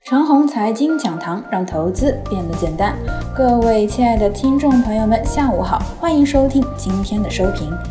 长虹财经讲堂，让投资变得简单。各位亲爱的听众朋友们，下午好，欢迎收听今天的收评。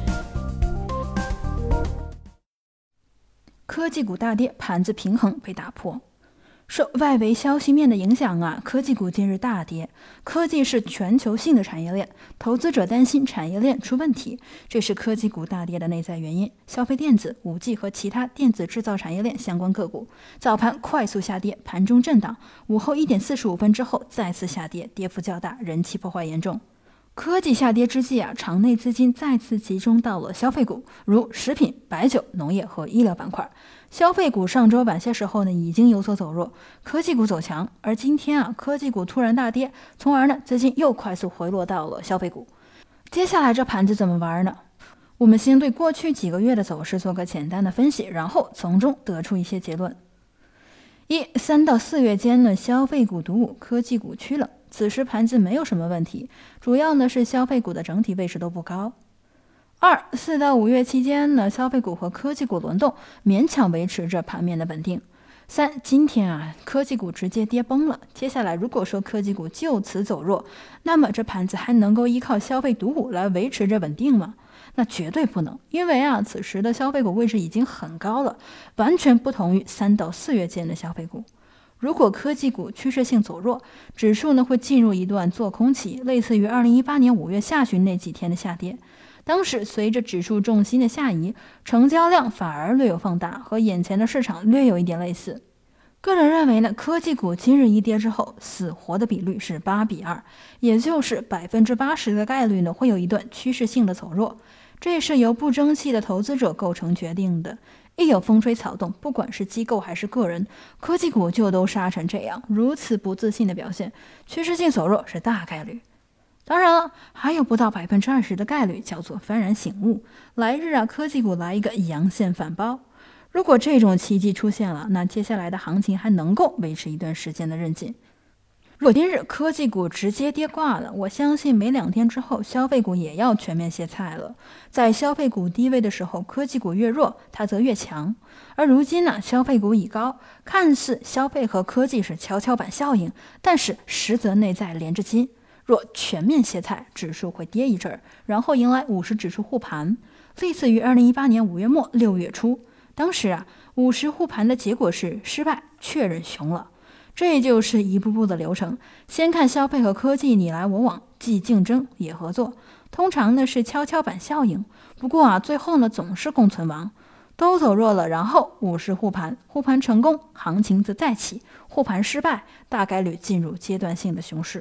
科技股大跌，盘子平衡被打破。受外围消息面的影响科技股近日大跌。科技是全球性的产业链，投资者担心产业链出问题，这是科技股大跌的内在原因。消费电子、5G 和其他电子制造产业链相关个股早盘快速下跌，盘中震荡，午后1点45分之后再次下跌，跌幅较大，人气破坏严重。科技下跌之际场内资金再次集中到了消费股，如食品、白酒、农业和医疗板块。消费股上周晚些时候已经有所走弱，科技股走强。而今天科技股突然大跌，从而资金又快速回落到了消费股。接下来这盘子怎么玩呢？我们先对过去几个月的走势做个简单的分析，然后从中得出一些结论。3到4月间消费股独舞，科技股趋冷。此时盘子没有什么问题，主要是消费股的整体位置都不高。4到5月期间消费股和科技股轮动，勉强维持着盘面的稳定。今天科技股直接跌崩了。接下来如果说科技股就此走弱，那么这盘子还能够依靠消费独舞来维持着稳定吗？那绝对不能，因为此时的消费股位置已经很高了，完全不同于3到4月间的消费股。如果科技股趋势性走弱，指数会进入一段做空期，类似于2018年5月下旬那几天的下跌。当时随着指数重心的下移，成交量反而略有放大，和眼前的市场略有一点类似。个人认为科技股今日一跌之后，死活的比率是8比2，也就是80%的概率会有一段趋势性的走弱。这是由不争气的投资者构成决定的。一有风吹草动，不管是机构还是个人，科技股就都杀成这样，如此不自信的表现，趋势性走弱是大概率。当然了，还有不到20%的概率叫做幡然醒悟，来日科技股来一个阳线反包。如果这种奇迹出现了，那接下来的行情还能够维持一段时间的韧劲。若今日科技股直接跌挂了，我相信没2天之后，消费股也要全面歇菜了。在消费股低位的时候，科技股越弱，它则越强。而如今消费股已高，看似消费和科技是跷跷板效应，但是实则内在连着筋。若全面歇菜，指数会跌一阵儿，然后迎来50指数护盘，类似于2018年5月末6月初。当时50护盘的结果是失败，确认熊了。这就是一步步的流程，先看消费和科技你来我往，既竞争也合作，通常是跷跷板效应。不过最后总是共存亡，都走弱了，然后50护盘，护盘成功，行情则再起；护盘失败，大概率进入阶段性的熊市。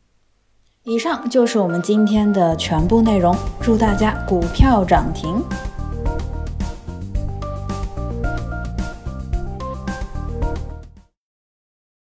以上就是我们今天的全部内容，祝大家股票涨停。